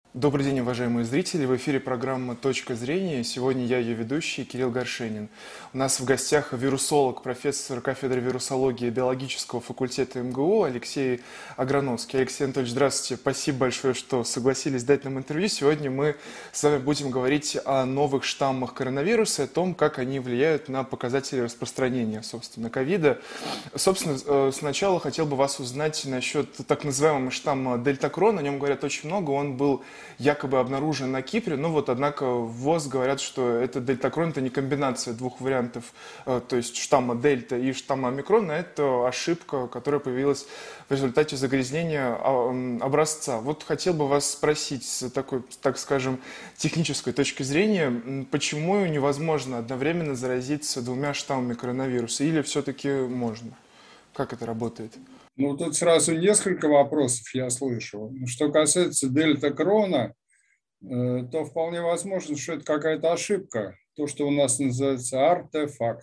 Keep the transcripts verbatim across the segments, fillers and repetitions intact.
Добрый день, уважаемые зрители! В эфире программа «Точка зрения». Сегодня я ее ведущий Кирилл Горшенин. У нас в гостях вирусолог, профессор кафедры вирусологии биологического факультета эм гэ у Алексей Аграновский. Алексей Анатольевич, здравствуйте. Спасибо большое, что согласились дать нам интервью. Сегодня мы с вами будем говорить о новых штаммах коронавируса, о том, как они влияют на показатели распространения, собственно, ковида. Собственно, сначала хотел бы вас узнать насчет так называемого штамма дельтакрон. О нем говорят очень много. Он был якобы обнаружен на Кипре, но вот однако в ВОЗ говорят, что это дельтакрон, это не комбинация двух вариантов, то есть штамма дельта и штамма омикрон, а это ошибка, которая появилась в результате загрязнения образца. Вот хотел бы вас спросить с такой, так скажем, технической точки зрения, почему невозможно одновременно заразиться двумя штаммами коронавируса, или все-таки можно? Как это работает? Ну, тут сразу несколько вопросов я слышу. Что касается дельта-крона, то вполне возможно, что это какая-то ошибка, то, что у нас называется артефакт.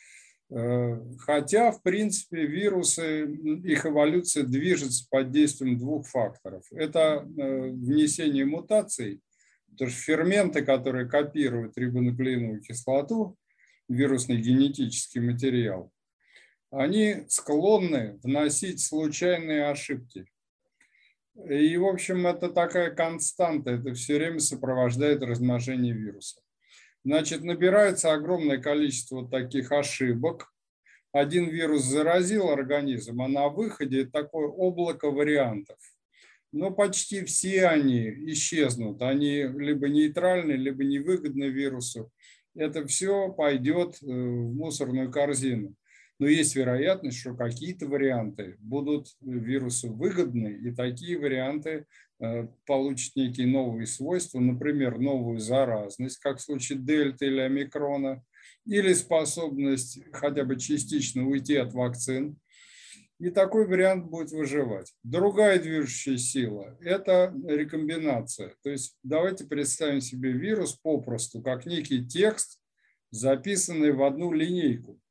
Хотя, в принципе, вирусы, их эволюция движется под действием двух факторов. Это внесение мутаций, потому что ферменты, которые копируют рибонуклеиновую кислоту, вирусный генетический материал, они склонны вносить случайные ошибки. И, в общем, это такая константа, это все время сопровождает размножение вируса. Значит, набирается огромное количество таких ошибок. Один вирус заразил организм, а на выходе такое облако вариантов. Но почти все они исчезнут. Они либо нейтральны, либо невыгодны вирусу. Это все пойдет в мусорную корзину. Но есть вероятность, что какие-то варианты будут вирусу выгодны, и такие варианты получат некие новые свойства, например, новую заразность, как в случае дельты или омикрона, или способность хотя бы частично уйти от вакцин. И такой вариант будет выживать. Другая движущая сила – это рекомбинация. То есть давайте представим себе вирус попросту, как некий текст, записанный в одну линейку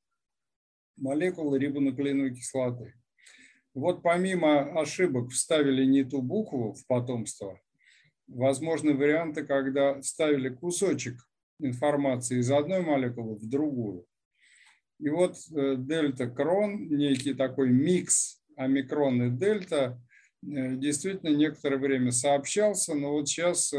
молекулы рибонуклеиновой кислоты. Вот помимо ошибок вставили не ту букву в потомство, возможны варианты, когда вставили кусочек информации из одной молекулы в другую. И вот дельта-крон, некий такой микс омикрон и дельта, действительно некоторое время сообщался, но вот сейчас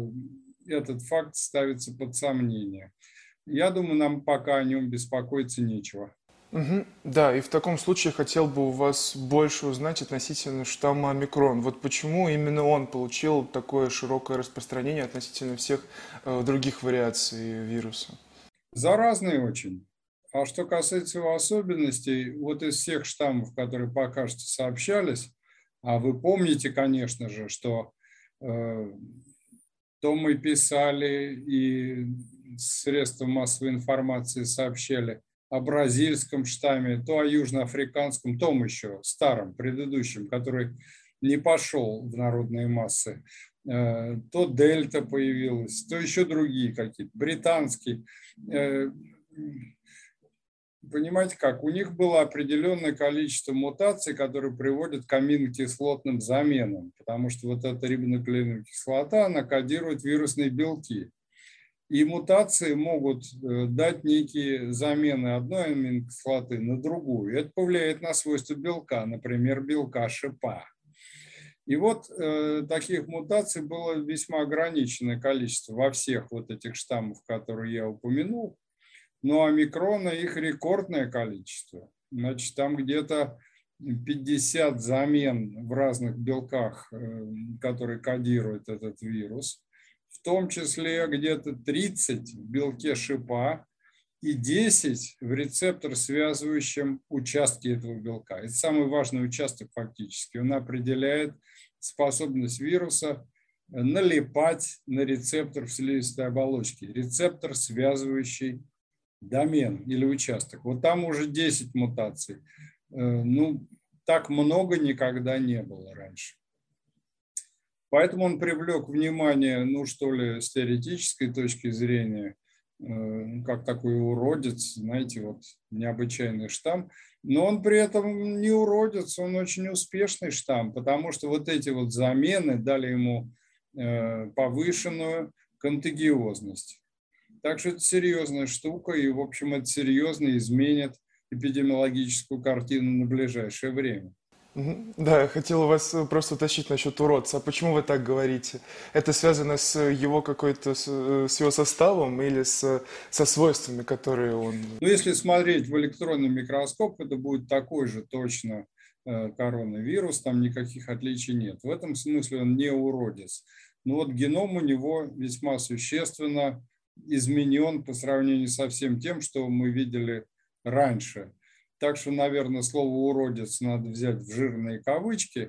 этот факт ставится под сомнение. Я думаю, нам пока о нем беспокоиться нечего. Угу. Да, и в таком случае хотел бы у вас больше узнать относительно штамма омикрон. Вот почему именно он получил такое широкое распространение относительно всех э, других вариаций вируса? Заразный очень. А что касается его особенностей, вот из всех штаммов, которые пока что сообщались, а вы помните, конечно же, что э, то мы писали и средства массовой информации сообщали о бразильском штамме, то о южноафриканском, том еще старом, предыдущем, который не пошел в народные массы, то дельта появилась, то еще другие какие-то, британские. Понимаете как? У них было определенное количество мутаций, которые приводят к аминокислотным заменам, потому что вот эта рибонуклеиновая кислота, она кодирует вирусные белки. И мутации могут дать некие замены одной аминокислоты на другую. Это повлияет на свойства белка, например, белка шипа. И вот э, таких мутаций было весьма ограниченное количество во всех вот этих штаммах, которые я упомянул. Но омикрона их рекордное количество. Значит, там где-то пятьдесят замен в разных белках, э, которые кодируют этот вирус. В том числе где-то тридцать в белке шипа и десять в рецептор, связывающем участки этого белка. Это самый важный участок фактически. Он определяет способность вируса налипать на рецептор в слизистой оболочке. Рецептор, связывающий домен или участок. Вот там уже десять мутаций. Ну, так много никогда не было раньше. Поэтому он привлек внимание, ну что ли, с теоретической точки зрения, как такой уродец, знаете, вот необычайный штамм. Но он при этом не уродец, он очень успешный штамм, потому что вот эти вот замены дали ему повышенную контагиозность. Так что это серьезная штука, и, в общем, это серьезно изменит эпидемиологическую картину на ближайшее время. Да, я хотел вас просто уточнить насчет уродца. А почему вы так говорите? Это связано с его какой-то, с его составом или с, со свойствами, которые он... Ну, если смотреть в электронный микроскоп, это будет такой же точно коронавирус, там никаких отличий нет. В этом смысле он не уродец. Но вот геном у него весьма существенно изменен по сравнению со всем тем, что мы видели раньше. Так что, наверное, слово «уродец» надо взять в жирные кавычки.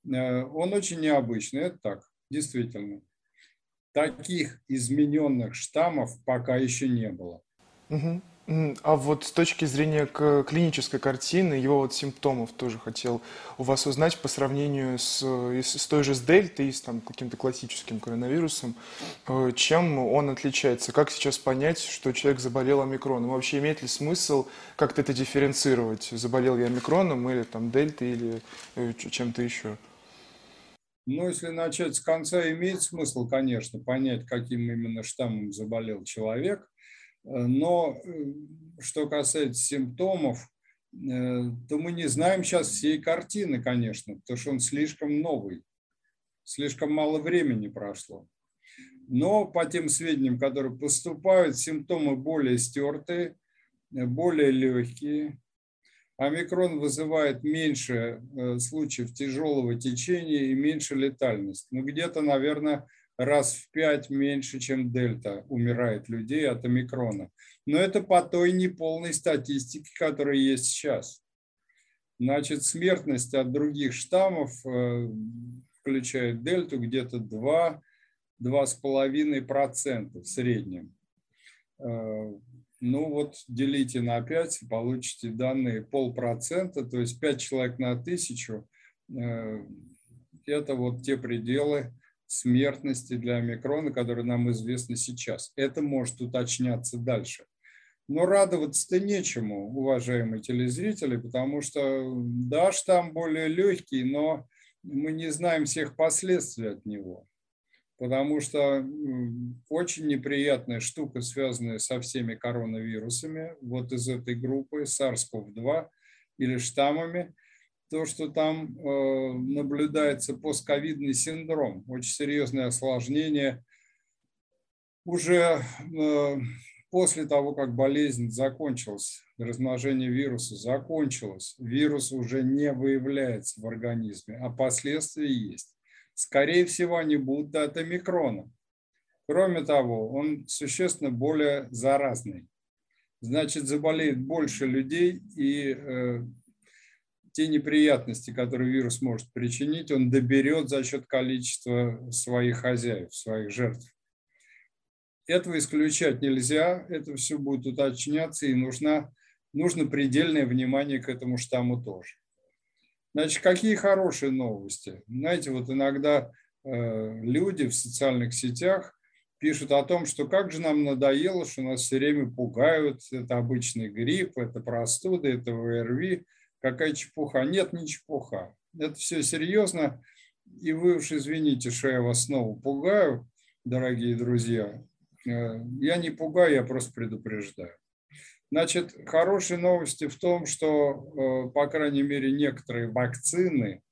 Он очень необычный, это так, действительно. Таких измененных штаммов пока еще не было. Угу. А вот с точки зрения клинической картины, его вот симптомов тоже хотел у вас узнать по сравнению с, с той же с дельтой и с там, каким-то классическим коронавирусом. Чем он отличается? Как сейчас понять, что человек заболел омикроном? Вообще имеет ли смысл как-то это дифференцировать? Заболел я омикроном или там дельтой или чем-то еще? Ну, если начать с конца, имеет смысл, конечно, понять, каким именно штаммом заболел человек. Но что касается симптомов, то мы не знаем сейчас всей картины, конечно, потому что он слишком новый, слишком мало времени прошло. Но по тем сведениям, которые поступают, симптомы более стертые, более легкие. Омикрон вызывает меньше случаев тяжелого течения и меньше летальность. Ну, где-то, наверное, раз в пять меньше, чем дельта умирает людей от омикрона. Но это по той неполной статистике, которая есть сейчас. Значит, смертность от других штаммов, включая дельту, где-то два-два с половиной процента в среднем. Ну вот делите на пять, получите данные полпроцента, то есть пять человек на тысячу. Это вот те пределы смертности для омикрона, которые нам известны сейчас. Это может уточняться дальше. Но радоваться-то нечему, уважаемые телезрители, потому что, да, штамм более легкий, но мы не знаем всех последствий от него. Потому что очень неприятная штука, связанная со всеми коронавирусами, вот из этой группы сарс ков два или штаммами, то, что там э, наблюдается постковидный синдром, очень серьезное осложнение уже э, после того, как болезнь закончилась, размножение вируса закончилось, вирус уже не выявляется в организме, а последствия есть. Скорее всего, они будут от омикрона. Кроме того, он существенно более заразный. Значит, заболеет больше людей, и э, те неприятности, которые вирус может причинить, он доберет за счет количества своих хозяев, своих жертв. Этого исключать нельзя, это все будет уточняться, и нужно, нужно предельное внимание к этому штамму тоже. Значит, какие хорошие новости? Знаете, вот иногда э, люди в социальных сетях пишут о том, что как же нам надоело, что нас все время пугают, это обычный грипп, это простуда, это ВРВИ. Какая чепуха? Нет, не чепуха. Это все серьезно. И вы уж извините, что я вас снова пугаю, дорогие друзья. Я не пугаю, я просто предупреждаю. Значит, хорошие новости в том, что, по крайней мере, некоторые вакцины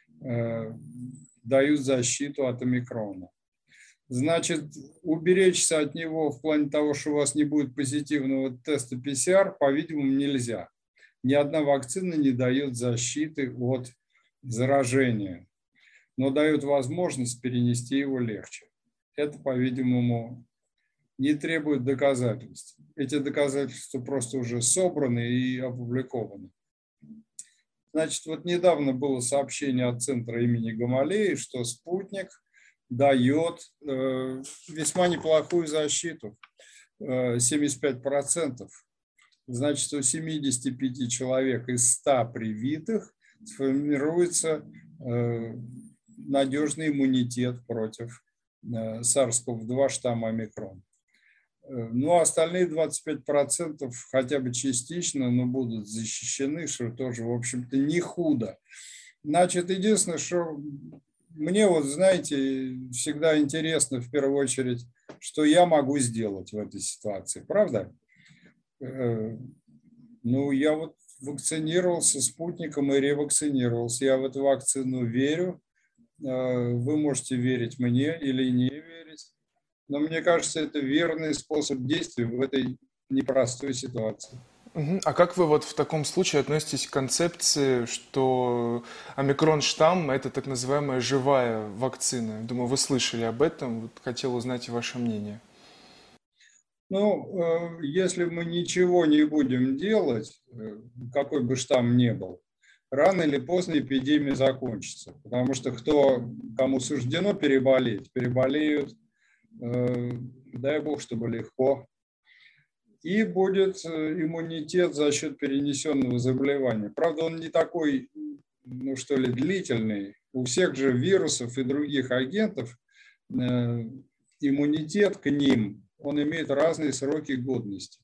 дают защиту от омикрона. Значит, уберечься от него в плане того, что у вас не будет позитивного теста пэ цэ эр, по-видимому, нельзя. Ни одна вакцина не дает защиты от заражения, но дает возможность перенести его легче. Это, по-видимому, не требует доказательств. Эти доказательства просто уже собраны и опубликованы. Значит, вот недавно было сообщение от центра имени Гамалеи, что спутник дает э, весьма неплохую защиту, э, семьдесят пять процентов. Значит, у семидесяти пяти человек из ста привитых сформируется э, надежный иммунитет против э, сарс ков два штамма омикрон. Ну, а остальные двадцать пять процентов хотя бы частично, но будут защищены, что тоже, в общем-то, не худо. Значит, единственное, что мне вот, знаете, всегда интересно в первую очередь, что я могу сделать в этой ситуации, правда? Э, Ну, я вот вакцинировался спутником и ревакцинировался. Я в эту вакцину верю. Э, Вы можете верить мне или не верить. Но мне кажется, это верный способ действия в этой непростой ситуации. Мгм. А как вы вот в таком случае относитесь к концепции, что омикрон-штамм – это так называемая живая вакцина? Думаю, вы слышали об этом, вот хотел узнать ваше мнение. Ну, э, если мы ничего не будем делать, э, какой бы штамм ни был, рано или поздно эпидемия закончится. Потому что кто, кому суждено переболеть, переболеют, э, дай бог, чтобы легко. И будет э, иммунитет за счет перенесенного заболевания. Правда, он не такой, ну что ли, длительный. У всех же вирусов и других агентов э, иммунитет к ним, он имеет разные сроки годности.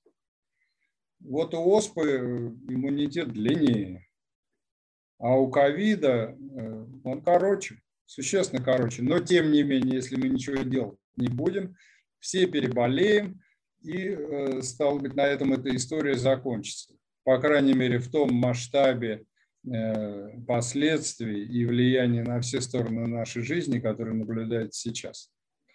Вот у оспы иммунитет длиннее, а у ковида э, он короче, существенно короче. Но тем не менее, если мы ничего делать не будем, все переболеем, и, э, стало быть, на этом эта история закончится. По крайней мере, в том масштабе э, последствий и влияния на все стороны нашей жизни, которые наблюдается сейчас.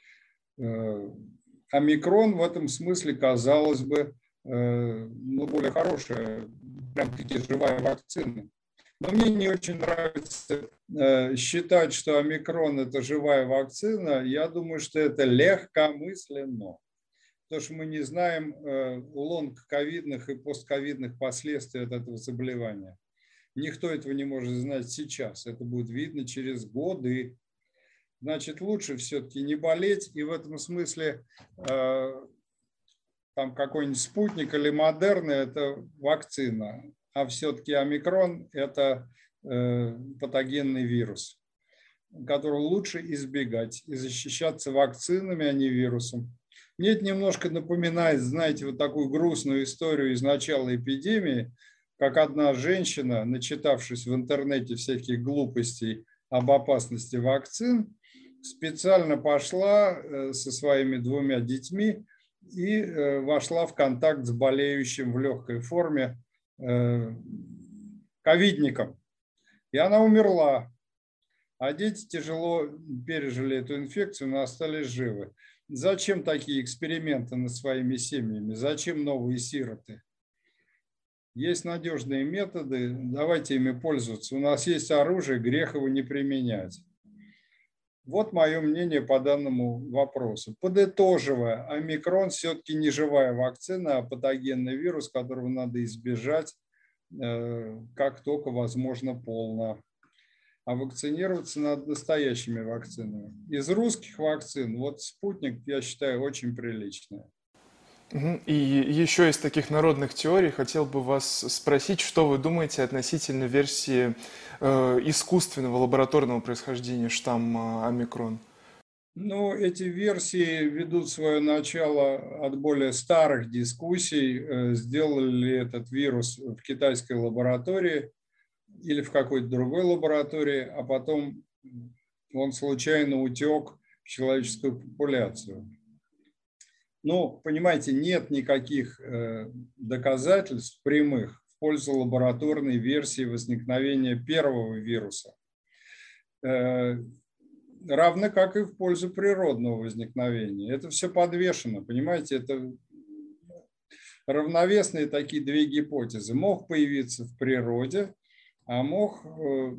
Э, Омикрон в этом смысле, казалось бы, э, ну, более хорошая, прям-таки живая вакцина. Но мне не очень нравится э, считать, что омикрон – это живая вакцина. Я думаю, что это легкомысленно. Потому что мы не знаем э, лонг-ковидных и постковидных последствий от этого заболевания. Никто этого не может знать сейчас. Это будет видно через годы. Значит, лучше все-таки не болеть. И в этом смысле э, там какой-нибудь спутник или Модерна – это вакцина. А все-таки омикрон – это э, патогенный вирус, которого лучше избегать и защищаться вакцинами, а не вирусом. Мне это немножко напоминает, знаете, вот такую грустную историю из начала эпидемии, как одна женщина, начитавшись в интернете всяких глупостей об опасности вакцин, специально пошла э, со своими двумя детьми и э, вошла в контакт с болеющим в легкой форме э, ковидником. И она умерла. А дети тяжело пережили эту инфекцию, но остались живы. Зачем такие эксперименты над своими семьями? Зачем новые сироты? Есть надежные методы, давайте ими пользоваться. У нас есть оружие, грех его не применять. Вот мое мнение по данному вопросу. Подытоживая, омикрон все-таки не живая вакцина, а патогенный вирус, которого надо избежать э, как только возможно полно. А вакцинироваться надо настоящими вакцинами. Из русских вакцин, вот «Спутник», я считаю, очень приличная. Мгм. И еще из таких народных теорий хотел бы вас спросить, что вы думаете относительно версии э, искусственного лабораторного происхождения штамма омикрон? Ну, эти версии ведут свое начало от более старых дискуссий, э, сделали ли этот вирус в китайской лаборатории или в какой-то другой лаборатории, а потом он случайно утек в человеческую популяцию. Ну, понимаете, нет никаких э, доказательств прямых в пользу лабораторной версии возникновения первого вируса, э, равно как и в пользу природного возникновения. Это все подвешено, понимаете, это равновесные такие две гипотезы. Мог появиться в природе, а мог, э,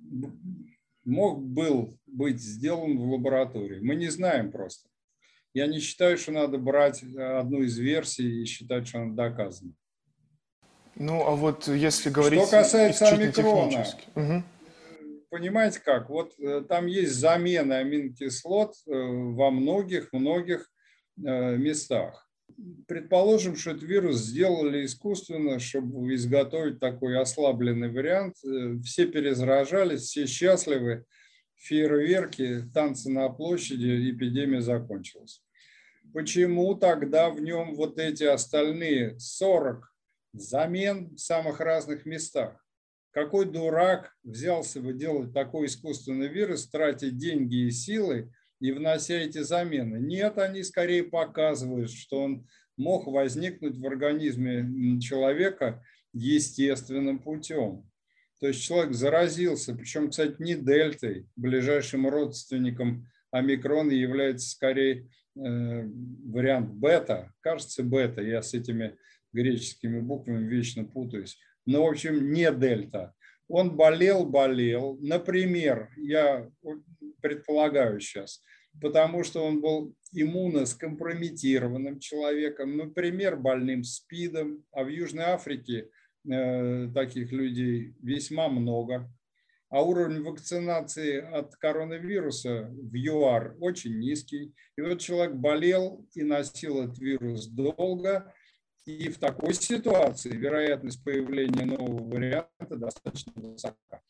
мог был быть сделан в лаборатории. Мы не знаем просто. Я не считаю, что надо брать одну из версий и считать, что она доказана. Ну, а вот если Что говорить касается исключительно омикрона, технически. Мгм. понимаете как? Вот э, там есть замена аминокислот э, во многих-многих э, местах. Предположим, что этот вирус сделали искусственно, чтобы изготовить такой ослабленный вариант. Э, Все перезаражались, все счастливы, фейерверки, танцы на площади, эпидемия закончилась. Почему тогда в нем вот эти остальные сорок замен в самых разных местах? Какой дурак взялся бы делать такой искусственный вирус, тратить деньги и силы и внося эти замены? Нет, они скорее показывают, что он мог возникнуть в организме человека естественным путем. То есть человек заразился, причем, кстати, не дельтой, ближайшим родственником омикрона является скорее э, вариант бета, кажется, бета, я с этими греческими буквами вечно путаюсь, но, в общем, не дельта. Он болел, болел, например, я предполагаю сейчас, потому что он был иммуноскомпрометированным человеком, например, больным СПИДом, а в Южной Африке э, таких людей весьма много. А уровень вакцинации от коронавируса в ЮАР очень низкий. И вот человек болел и носил этот вирус долго, и в такой ситуации вероятность появления нового варианта достаточно высока.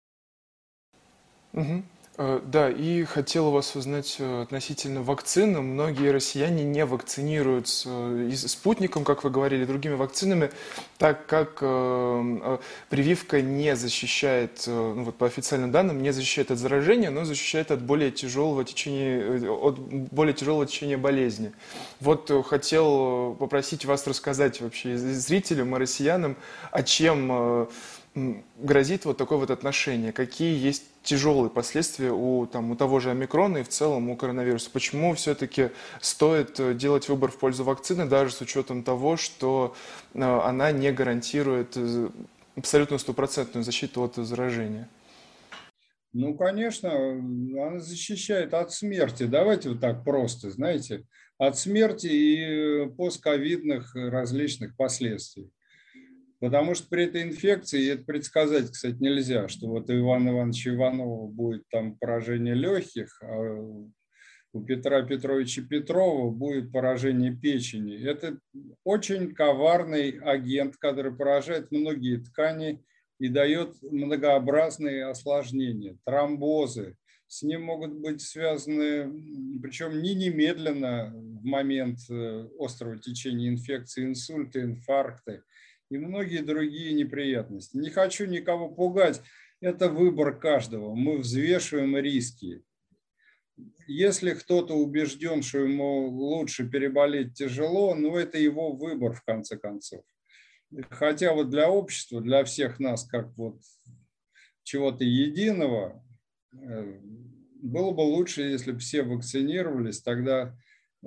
Угу. Да, и хотел у вас узнать относительно вакцины. Многие россияне не вакцинируются и спутником, как вы говорили, другими вакцинами, так как прививка не защищает, ну вот по официальным данным, не защищает от заражения, но защищает от более тяжелого течения, от более тяжелого течения болезни. Вот хотел попросить вас рассказать вообще зрителям и россиянам, о чем грозит вот такое вот отношение, какие есть тяжелые последствия у, там, у того же омикрона и в целом у коронавируса. Почему все-таки стоит делать выбор в пользу вакцины, даже с учетом того, что она не гарантирует абсолютно стопроцентную защиту от заражения? Ну, конечно, она защищает от смерти. Давайте вот так просто, знаете, от смерти и постковидных различных последствий. Потому что при этой инфекции, это предсказать, кстати, нельзя, что вот у Ивана Ивановича Иванова будет там поражение легких, а у Петра Петровича Петрова будет поражение печени. Это очень коварный агент, который поражает многие ткани и дает многообразные осложнения, тромбозы. С ним могут быть связаны, причем не немедленно в момент острого течения инфекции, инсульты, инфаркты и многие другие неприятности. Не хочу никого пугать, это выбор каждого. Мы взвешиваем риски. Если кто-то убежден, что ему лучше переболеть тяжело, ну это его выбор в конце концов. Хотя вот для общества, для всех нас, как вот чего-то единого, было бы лучше, если бы все вакцинировались, тогда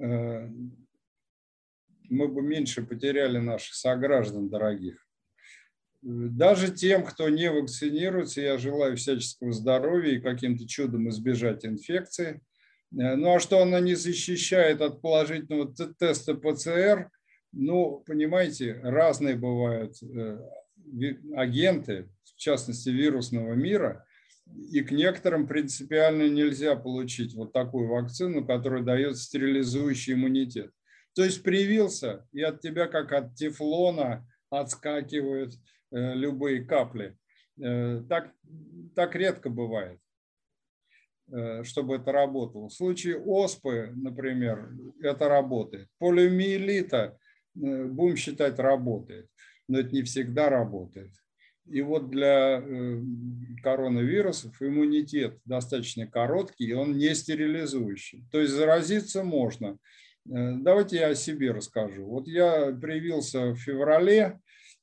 мы бы меньше потеряли наших сограждан дорогих. Даже тем, кто не вакцинируется, я желаю всяческого здоровья и каким-то чудом избежать инфекции. Ну а что она не защищает от положительного теста ПЦР, ну, понимаете, разные бывают агенты, в частности вирусного мира, и к некоторым принципиально нельзя получить вот такую вакцину, которая дает стерилизующий иммунитет. То есть привился, и от тебя, как от тефлона, отскакивают э, любые капли. Э, так, так редко бывает, э, чтобы это работало. В случае оспы, например, это работает. Полиомиелита, э, будем считать, работает, но это не всегда работает. И вот для э, коронавирусов иммунитет достаточно короткий, и он не стерилизующий. То есть заразиться можно. Давайте я о себе расскажу. Вот я привился в феврале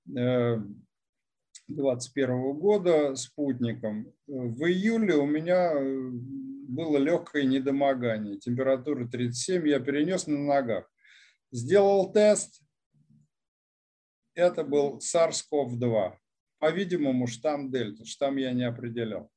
двадцать первого года спутником. В июле у меня было легкое недомогание, температура тридцать семь, я перенес на ногах. Сделал тест, это был сарс ков два. По-видимому, штамм дельта, штамм я не определял.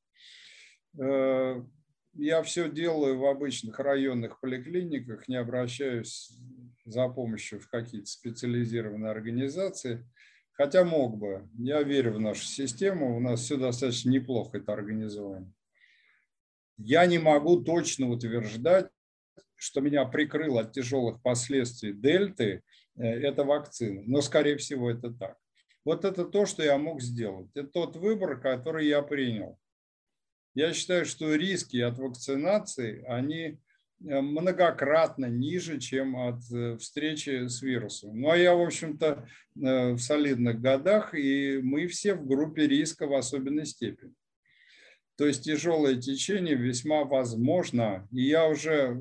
Я все делаю в обычных районных поликлиниках, не обращаюсь за помощью в какие-то специализированные организации, хотя мог бы. Я верю в нашу систему, у нас все достаточно неплохо это организовано. Я не могу точно утверждать, что меня прикрыло от тяжелых последствий дельты, это вакцина, но, скорее всего, это так. Вот это то, что я мог сделать. Это тот выбор, который я принял. Я считаю, что риски от вакцинации, они многократно ниже, чем от встречи с вирусом. Ну, а я, в общем-то, в солидных годах, и мы все в группе риска в особенной степени. То есть тяжелое течение весьма возможно, и я уже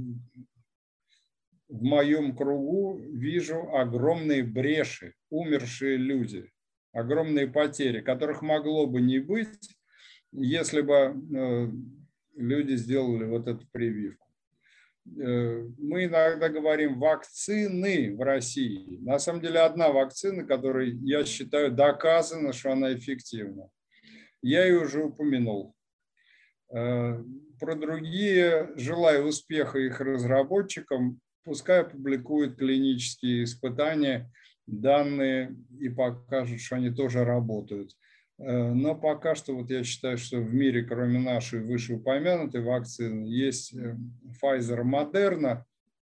в моем кругу вижу огромные бреши, умершие люди, огромные потери, которых могло бы не быть, если бы люди сделали вот эту прививку. Мы иногда говорим вакцины в России. На самом деле одна вакцина, которой, я считаю, доказано, что она эффективна. Я ее уже упомянул. Про другие, желаю успеха их разработчикам, пускай опубликуют клинические испытания, данные и покажут, что они тоже работают. Но пока что вот я считаю, что в мире, кроме нашей вышеупомянутой вакцины, есть Pfizer, Moderna,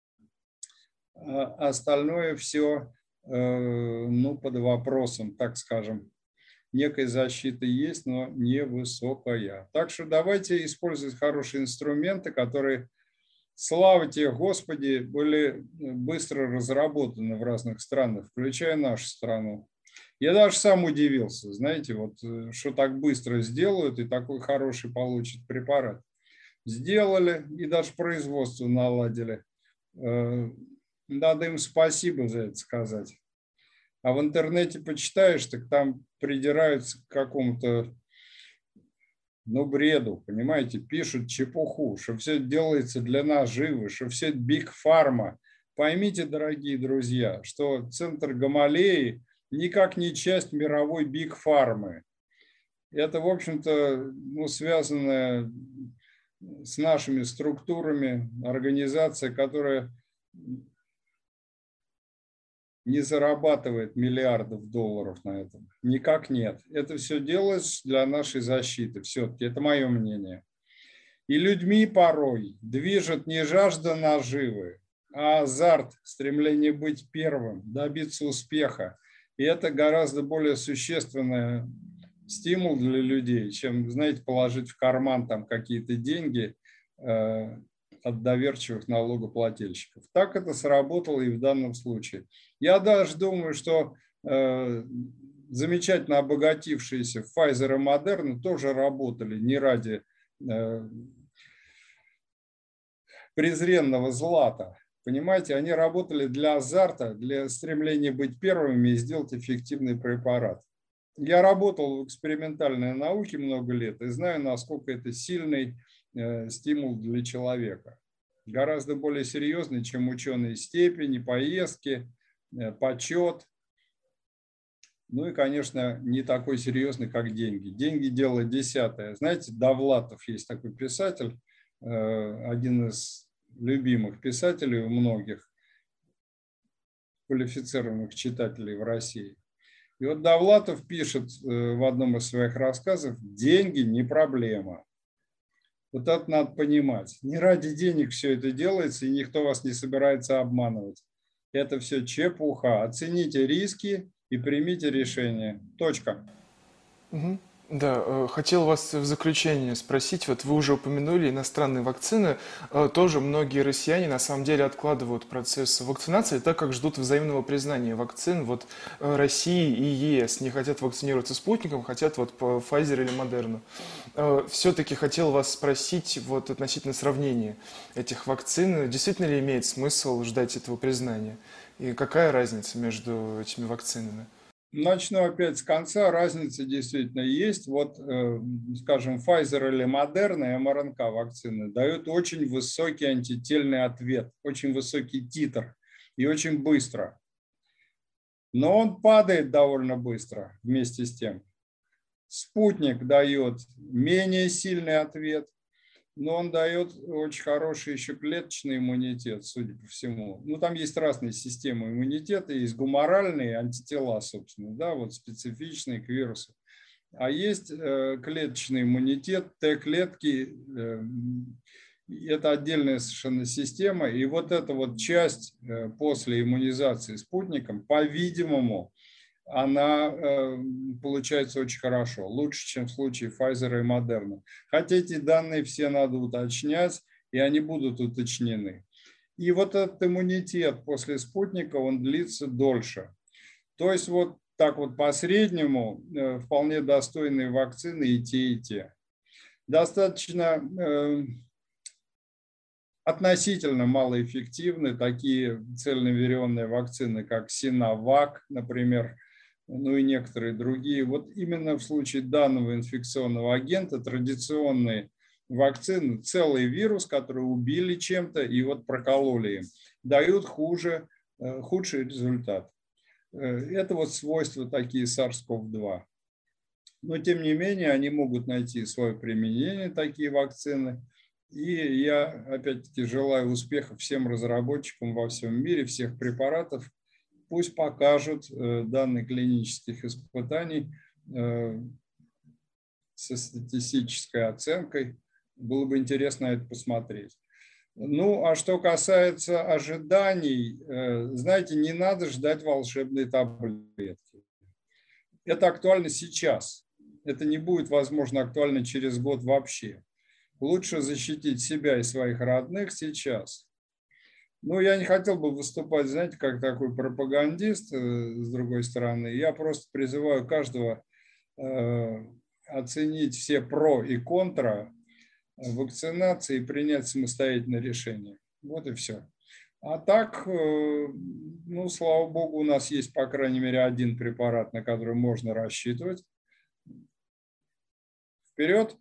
а остальное все ну, под вопросом, так скажем. Некая защита есть, но невысокая. Так что давайте использовать хорошие инструменты, которые, слава тебе, Господи, были быстро разработаны в разных странах, включая нашу страну. Я даже сам удивился, знаете, вот, что так быстро сделают и такой хороший получат препарат. Сделали и даже производство наладили. Надо им спасибо за это сказать. А в интернете почитаешь, так там придираются к какому-то, ну, бреду, понимаете, пишут чепуху, что все делается для наживы, что все это биг фарма. Поймите, дорогие друзья, что центр Гамалеи никак не часть мировой биг фармы. Это, в общем-то, ну, связано с нашими структурами, организация, которая не зарабатывает миллиардов долларов на этом. Никак нет. Это все делается для нашей защиты. Все-таки это мое мнение. И людьми порой движет не жажда наживы, а азарт, стремление быть первым, добиться успеха. И это гораздо более существенный стимул для людей, чем, знаете, положить в карман там какие-то деньги э, от доверчивых налогоплательщиков. Так это сработало и в данном случае. Я даже думаю, что э, замечательно обогатившиеся Pfizer и Moderna тоже работали не ради э, презренного злата. Понимаете, они работали для азарта, для стремления быть первыми и сделать эффективный препарат. Я работал в экспериментальной науке много лет и знаю, насколько это сильный э, стимул для человека. Гораздо более серьезный, чем ученые степени, поездки, э, почет. Ну и, конечно, не такой серьезный, как деньги. Деньги – дело десятое. Знаете, Довлатов есть такой писатель, э, один из любимых писателей у многих квалифицированных читателей в России. И вот Довлатов пишет в одном из своих рассказов: деньги не проблема. Вот это надо понимать. Не ради денег все это делается, и никто вас не собирается обманывать. Это все чепуха. Оцените риски и примите решение. Точка. Угу. Да, хотел вас в заключение спросить, вот вы уже упомянули иностранные вакцины, тоже многие россияне на самом деле откладывают процесс вакцинации, так как ждут взаимного признания вакцин. Вот России и ЕС не хотят вакцинироваться спутником, хотят вот по Pfizer или Moderna. Все-таки хотел вас спросить вот относительно сравнения этих вакцин, действительно ли имеет смысл ждать этого признания? И какая разница между этими вакцинами? Начну опять с конца. Разница действительно есть. Вот, скажем, Pfizer или Moderna, эм эр эн ка вакцины дают очень высокий антительный ответ, очень высокий титр и очень быстро. Но он падает довольно быстро вместе с тем. Спутник дает менее сильный ответ, но он дает очень хороший еще клеточный иммунитет, судя по всему. Ну, там есть разные системы иммунитета, есть гуморальные антитела, собственно, да, вот специфичные к вирусу. А есть э, клеточный иммунитет, Т-клетки, э, это отдельная совершенно система. И вот эта вот часть э, после иммунизации спутником, по-видимому, она э, получается очень хорошо, лучше, чем в случае Pfizer и Moderna. Хотя эти данные все надо уточнять, и они будут уточнены. И вот этот иммунитет после спутника, он длится дольше. То есть вот так вот по среднему вполне достойные вакцины и те, и те. Достаточно э, относительно малоэффективны такие цельноверионные вакцины, как Синовак, например, ну и некоторые другие. Вот именно в случае данного инфекционного агента традиционные вакцины, целый вирус, который убили чем-то и вот прокололи им, дают хуже, худший результат. Это вот свойства такие SARS ков два. Но тем не менее они могут найти свое применение, такие вакцины. И я опять-таки желаю успехов всем разработчикам во всем мире, всех препаратов. Пусть покажут данные клинических испытаний со статистической оценкой. Было бы интересно это посмотреть. Ну, а что касается ожиданий, знаете, не надо ждать волшебной таблетки. Это актуально сейчас. Это не будет, возможно, актуально через год вообще. Лучше защитить себя и своих родных сейчас. Ну, я не хотел бы выступать, знаете, как такой пропагандист, с другой стороны. Я просто призываю каждого оценить все про и контра вакцинации и принять самостоятельное решение. Вот и все. А так, ну, слава богу, у нас есть, по крайней мере, один препарат, на который можно рассчитывать. Вперед!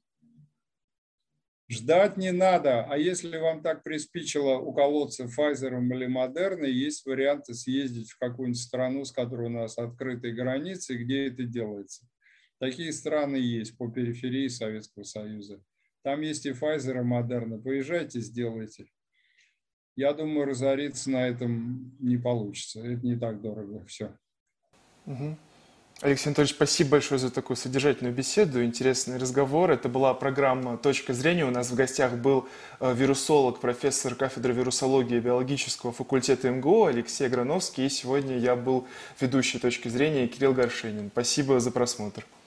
Ждать не надо. А если вам так приспичило уколоться Pfizer или Moderna, есть варианты съездить в какую-нибудь страну, с которой у нас открытые границы, где это делается. Такие страны есть по периферии Советского Союза. Там есть и Pfizer, и Moderna. Поезжайте, сделайте. Я думаю, разориться на этом не получится. Это не так дорого. Все. Угу. Алексей Анатольевич, спасибо большое за такую содержательную беседу, интересный разговор. Это была программа «Точка зрения». У нас в гостях был вирусолог, профессор кафедры вирусологии биологического факультета эм гэ у Алексей Аграновский. И сегодня я был ведущий «Точки зрения» Кирилл Горшенин. Спасибо за просмотр.